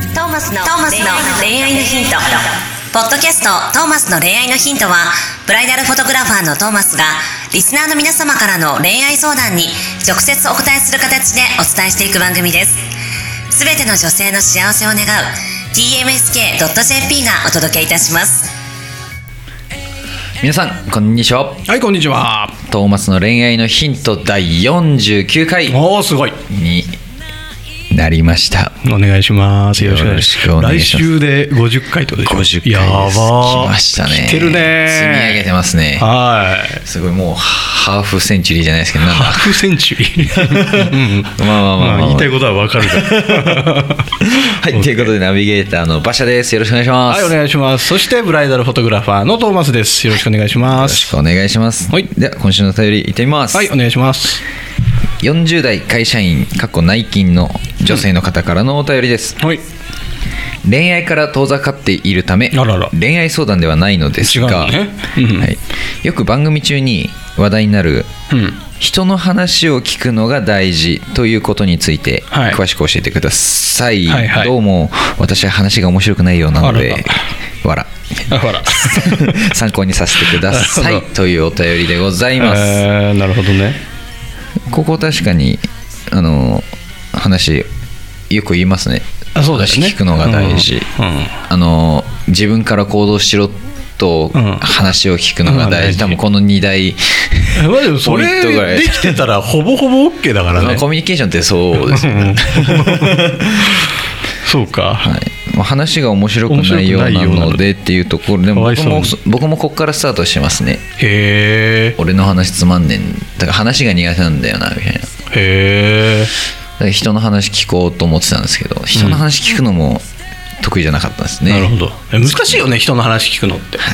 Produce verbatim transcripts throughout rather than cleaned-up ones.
トーマスの恋愛のヒント。ポッドキャストトーマスの恋愛のヒントは、ブライダルフォトグラファーのトーマスがリスナーの皆様からの恋愛相談に直接お答えする形でお伝えしていく番組です。すべての女性の幸せを願う ティーエムエスケードットジェーピー がお届けいたします。 皆さんこんにちは。 はい、こんにちは。 トーマスの恋愛のヒントだいよんじゅうきゅうかいおー、すごいになりました。 お願いします。よろしくお願いします。 よろしくお願いします。 来週でごじゅっかいってことでしょ。 ごじゅっかいです。 やばー、 来ましたね。 来てるね。 積み上げてますね。 はいすごい、もうハーフセンチュリーじゃないですけど、なんだハーフセンチュリー、うん、 まあまあまあ、まあ、 まあ言いたいことは分かるからはい、ということでナビゲーターの馬車です。よろしくお願いします。 はい、お願いします。そしてブライダルフォトグラファーのトーマスです。よろしくお願いします。 よろしくお願いします。 はい、 では今週のお便りいってみます。 はい、お願いします。 よんじゅう代会社員過去内勤の女性の方からのお便りです。 はい、 恋愛から遠ざかっているため、 あらら、 恋愛相談ではないのですが、 違うね、うんはい、よく番組中に話題になる、うん、人の話を聞くのが大事ということについて詳しく教えてください。はいはいはい、どうも私は話が面白くないようなのでわら参考にさせてくださいというお便りでございます。 えー、なるほどね。 ここ確かにあの話よく言いますね。 あ、そうですね、 話聞くのが大事、うんうん、あの自分から行動しろと話を聞くのが大事、うん、多分このに大まあでもそれできてたらほぼほぼ OK だからね。 コミュニケーションってそうですよねそうか、 はい、話が面白くないようなのでっていうところでも僕も僕もここからスタートしてますね。 へー、 俺の話つまんねん、だから話が苦手なんだよなみたいな。 へー、 だから人の話聞こうと思ってたんですけど、人の話聞くのも得意じゃなかったんですね。 なるほど。難しいよね、人の話聞くのって。 はい、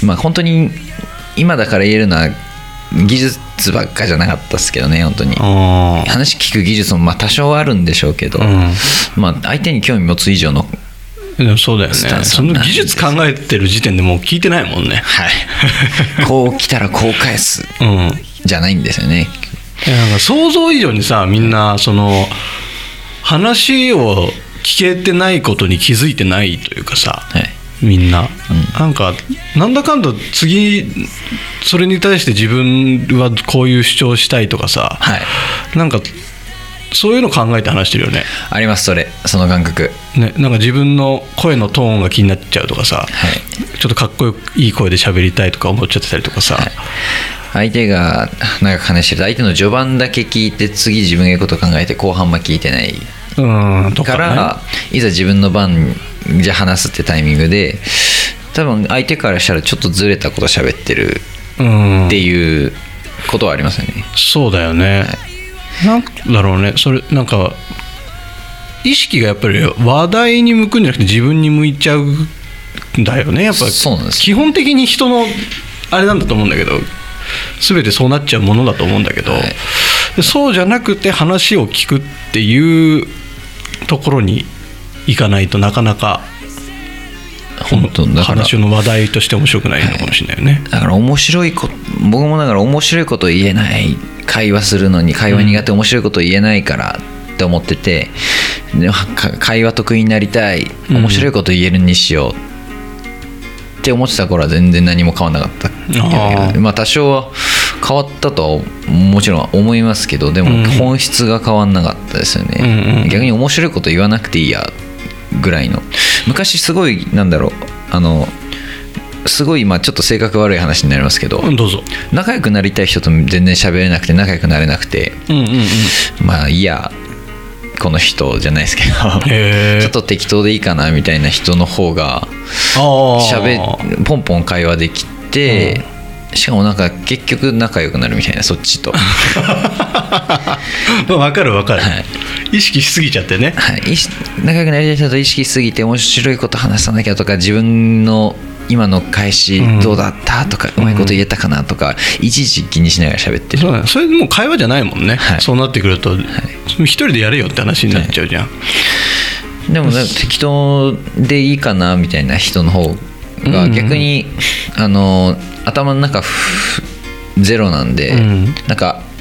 まあ本当に今だから言えるのは技術ばっかじゃなかったですけどね。本当に話聞く技術もまあ多少あるんでしょうけど、うん、まあ相手に興味持つ以上のでもそうだよね。その技術考えてる時点でもう聞いてないもんね。 はいこう来たらこう返す、うん、じゃないんですよね。 いや、なんか想像以上にさ、みんなその話を聞けてないことに気づいてないというかさ、はい、みんな、うん、なんかなんだかんだ次それに対して自分はこういう主張したいとかさ、はい、なんかそういうの考えて話してるよね。 あります、それ、その感覚、ね、 なんか自分の声のトーンが気になっちゃうとかさ、はい、ちょっとかっこいい声で喋りたいとか思っちゃってたりとかさ、はい、 相手が長く話してると相手の序盤だけ聞いて次自分が言うことを考えて後半は聞いてないうんとか、ね、 からいざ自分の番じゃ話すってタイミングで多分相手からしたらちょっとずれたこと喋ってるっていうことはありますよね。 そうだよね、はい、なんだろうね、それなんか意識がやっぱり話題に向くんじゃなくて自分に向いちゃうんだよね。やっぱそうなんです。 基本的に人のあれなんだと思うんだけど、全てそうなっちゃうものだと思うんだけど、はい、そうじゃなくて話を聞くっていうところに行かないとなかなか本当だから話の話題として面白くないのかもしれないよね、はい、 だから面白いこと僕もだから面白いことを言えない、会話するのに会話苦手、うん、面白いことを言えないからって思ってて、で会話得意になりたい、面白いこと言えるにしよう、うんって思ってた頃は全然何も変わらなかった。あ、まあ多少は変わったとはもちろん思いますけど、でも本質が変わらなかったですよね、うんうん、逆に面白いこと言わなくていいやぐらいの。昔すごいなんだろう、あのすごいまあちょっと性格悪い話になりますけど、 どうぞ。 仲良くなりたい人と全然喋れなくて仲良くなれなくて、うんうんうん、まあいいやこの人じゃないですけどちょっと適当でいいかなみたいな人の方がしゃべポンポン会話できて、うん、しかもなんか結局仲良くなるみたいな、そっちと分かる分かる、はい、意識しすぎちゃってね、 はい、仲良くなりたい人と意識しすぎて面白いこと話さなきゃとか、自分の今の返しどうだったとか、うん、うまいこと言えたかなとか、いちいち気にしながら喋ってる。 そうだね、それもう会話じゃないもんね、はい、そうなってくると、はい、一人でやれよって話になっちゃうじゃん、はい、 でも適当でいいかなみたいな人の方が逆に、うんうん、あの頭の中ゼロなんで、うん、なんか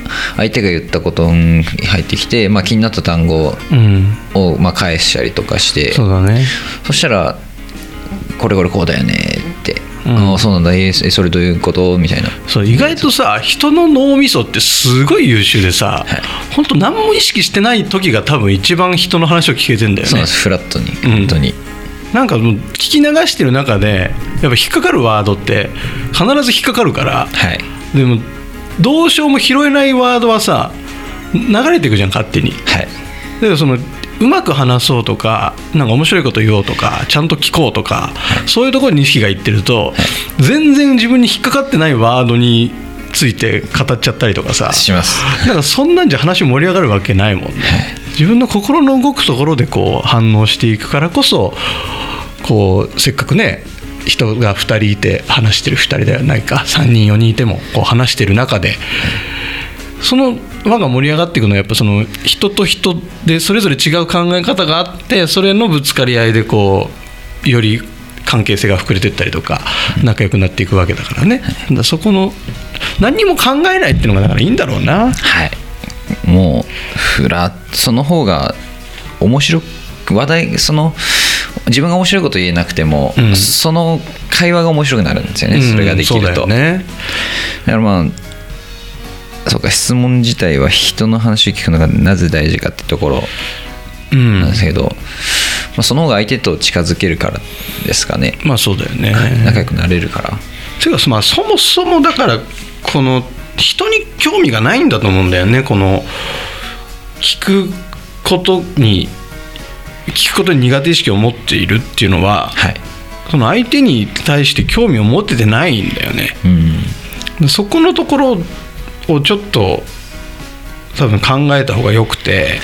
相手が言ったことに入ってきて、まあ、気になった単語をまあ返したりとかして、 そうだね、 そしたらこれこれこうだよねって、うん、あそうなんだ、えそれどういうことみたいな。 そう意外とさ、人の脳みそってすごい優秀でさ、はい、本当何も意識してない時が多分一番人の話を聞けてんだよね。 そうです、フラットに本当に、 うん、なんかもう聞き流してる中でやっぱ引っかかるワードって必ず引っかかるから、 はい、 でもどうしようも拾えないワードはさ流れていくじゃん、勝手に、 はい、 でそのうまく話そうとか、なんか面白いこと言おうとか、ちゃんと聞こうとか、はい、そういうところに意識がいってると、はい、全然自分に引っかかってないワードについて語っちゃったりとかさします。 なんかそんなんじゃ話盛り上がるわけないもんね、はい、自分の心の動くところでこう反応していくからこそ、こうせっかくね人がふたりいて話してるふたりではないか、さんにんよにんいてもこう話してる中で、その輪が盛り上がっていくのはやっぱその人と人でそれぞれ違う考え方があって、それのぶつかり合いでこうより関係性が膨れていったりとか仲良くなっていくわけだからね。だからそこの何にも考えないっていうのがだからいいんだろうな。 はい、もうフラその方が面白く話題、その自分が面白いこと言えなくても、うん、その会話が面白くなるんですよね、うん、それができると。 そうだよね。 だからまあそうか、質問自体は人の話を聞くのがなぜ大事かってところなんですけど、うん、まあ、その方が相手と近づけるからですかね。 まあそうだよね、 仲良くなれるから。 ていうか、まあ、そもそもだからこの人に興味がないんだと思うんだよね。この聞くことに聞くことに苦手意識を持っているっていうのは、はい、その相手に対して興味を持っててないんだよね、うん、そこのところをちょっと多分考えた方がよくて、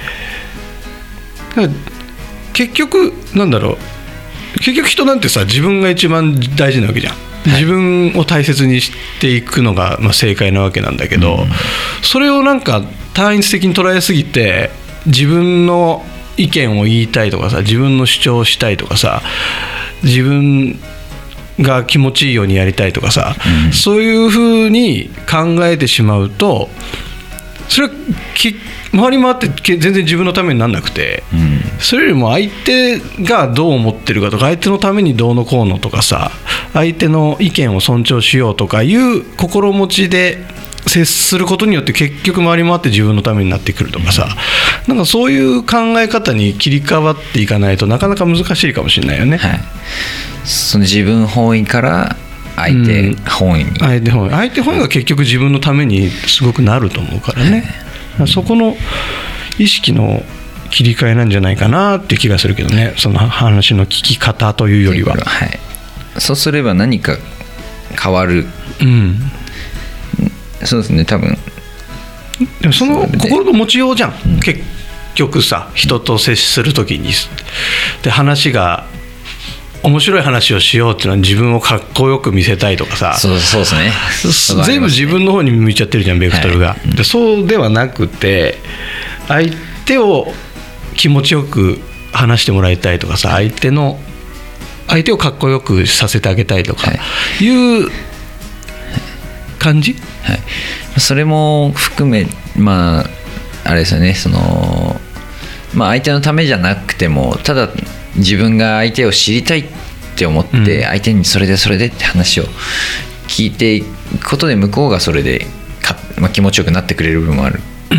はい、結局なんだろう、結局人なんてさ、自分が一番大事なわけじゃん、はい、自分を大切にしていくのがまあ正解なわけなんだけど、うん、それをなんか単一的に捉えすぎて自分の意見を言いたいとかさ、自分の主張をしたいとかさ、自分が気持ちいいようにやりたいとかさ、うん、そういう風に考えてしまうと、それはき回り回って全然自分のためにならなくて、うん、それよりも相手がどう思ってるかとか、相手のためにどうのこうのとかさ、相手の意見を尊重しようとかいう心持ちで接することによって結局回り回って自分のためになってくるとかさ、なんかそういう考え方に切り替わっていかないとなかなか難しいかもしれないよね、はい、 その自分本位から相手本位に、うん、 相手本位相手本位が結局自分のためにすごくなると思うからね、はい、そこの意識の切り替えなんじゃないかなっていう気がするけどね、その話の聞き方というよりは、 はい、そうすれば何か変わる、うん、そうですね、多分でもその心の持ちようじゃん、うん、結局さ、人と接するときにで話が面白い話をしようっていうのは自分をかっこよく見せたいとかさ、 そうそうですね、 全部自分の方に向いちゃってるじゃん、ベクトルが、はい、でそうではなくて相手を気持ちよく話してもらいたいとかさ、相手の相手をかっこよくさせてあげたいとかいう感じ、 はい、それも含め、まああれですよね、そのまあ相手のためじゃなくても、ただ自分が相手を知りたいって思って、うん、相手にそれでそれでって話を聞いていくことで、向こうがそれでか、まあ、気持ちよくなってくれる部分もある、うん、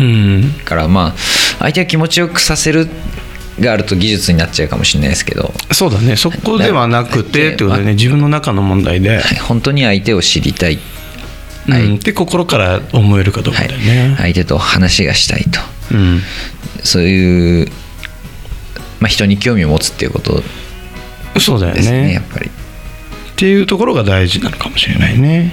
から、まあ相手を気持ちよくさせるがあると技術になっちゃうかもしれないですけど、 そうだね、そこではなくてってことでね、自分の中の問題で、 はい、本当に相手を知りたい、 うん、って心から思えるかどうかだよね、 はい、相手と話がしたいと、うん、そういう、まあ、人に興味を持つっていうことですね、 そうだよね、 やっぱりっていうところが大事なのかもしれないね。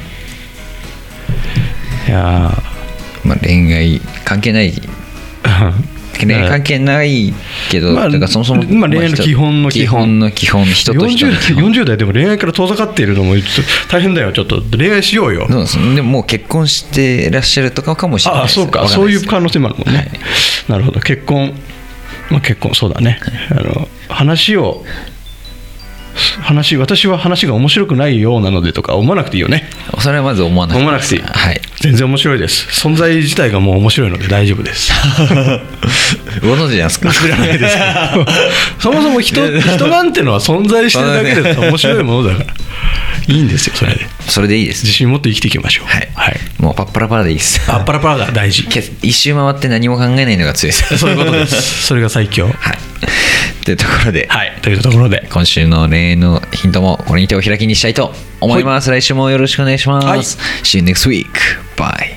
いや、 まあ、恋愛関係ない恋愛関係ないけど、まあ、だからそもそも、 まあ、恋愛の基本の基本の基本、人と人の基本、 よんじゅう代でも恋愛から遠ざかっているのも大変だよ、ちょっと恋愛しようよ。 そうですね、でももう結婚していらっしゃるとかかもしれないです。 ああ、そうか、そういう可能性もあるもんね、はい、なるほど、結婚、まあ、結婚、そうだね、はい、あの話を話私は話が面白くないようなのでとか思わなくていいよね。 それはまず思わなくて思わなくていい、 はい、 全然面白いです。存在自体がもう面白いので大丈夫ですご存知なんですか？ 知らないですそもそも 人, 人なんてのは存在してるだけで面白いものだからいいんですよ。それでそれでいいです。 自信持って生きていきましょう。 はい、 はい、 もうパッパラパラでいいです。 パッパラパラが大事。 一周回って何も考えないのが強いです。 そういうことですそれが最強。 はいというところで、 はい、というところで今週の恋愛のヒントもこれにてお開きにしたいと思います。来週もよろしくお願いします。はい、See you next week. Bye.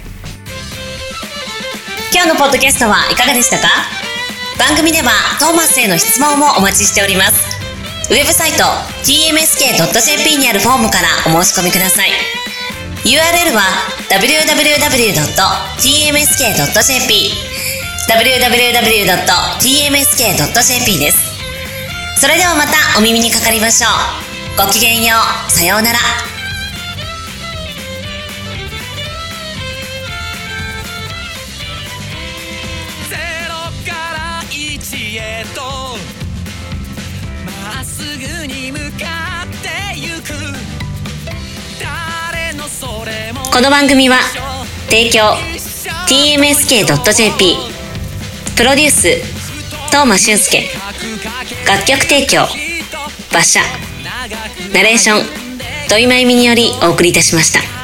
今日のポッドキャストはいかがでしたか？番組ではトーマスへの質問もお待ちしております。ウェブサイト ティーエムエスケードットジェーピー にあるフォームからお申し込みください。 ユーアールエル は ダブリューダブリューダブリュードットティーエムエスケードットジェーピー ダブリューダブリューダブリュードットティーエムエスケードットジェーピー です。それではまたお耳にかかりましょう。ごきげんよう。さようなら。 ゼロからいちへとまっすぐに向かってゆく。誰のそれもこの番組は提供 ティーエムエスケードットジェーピー プロデュース東間俊介、楽曲提供馬車、ナレーション土井真由美によりお送りいたしました。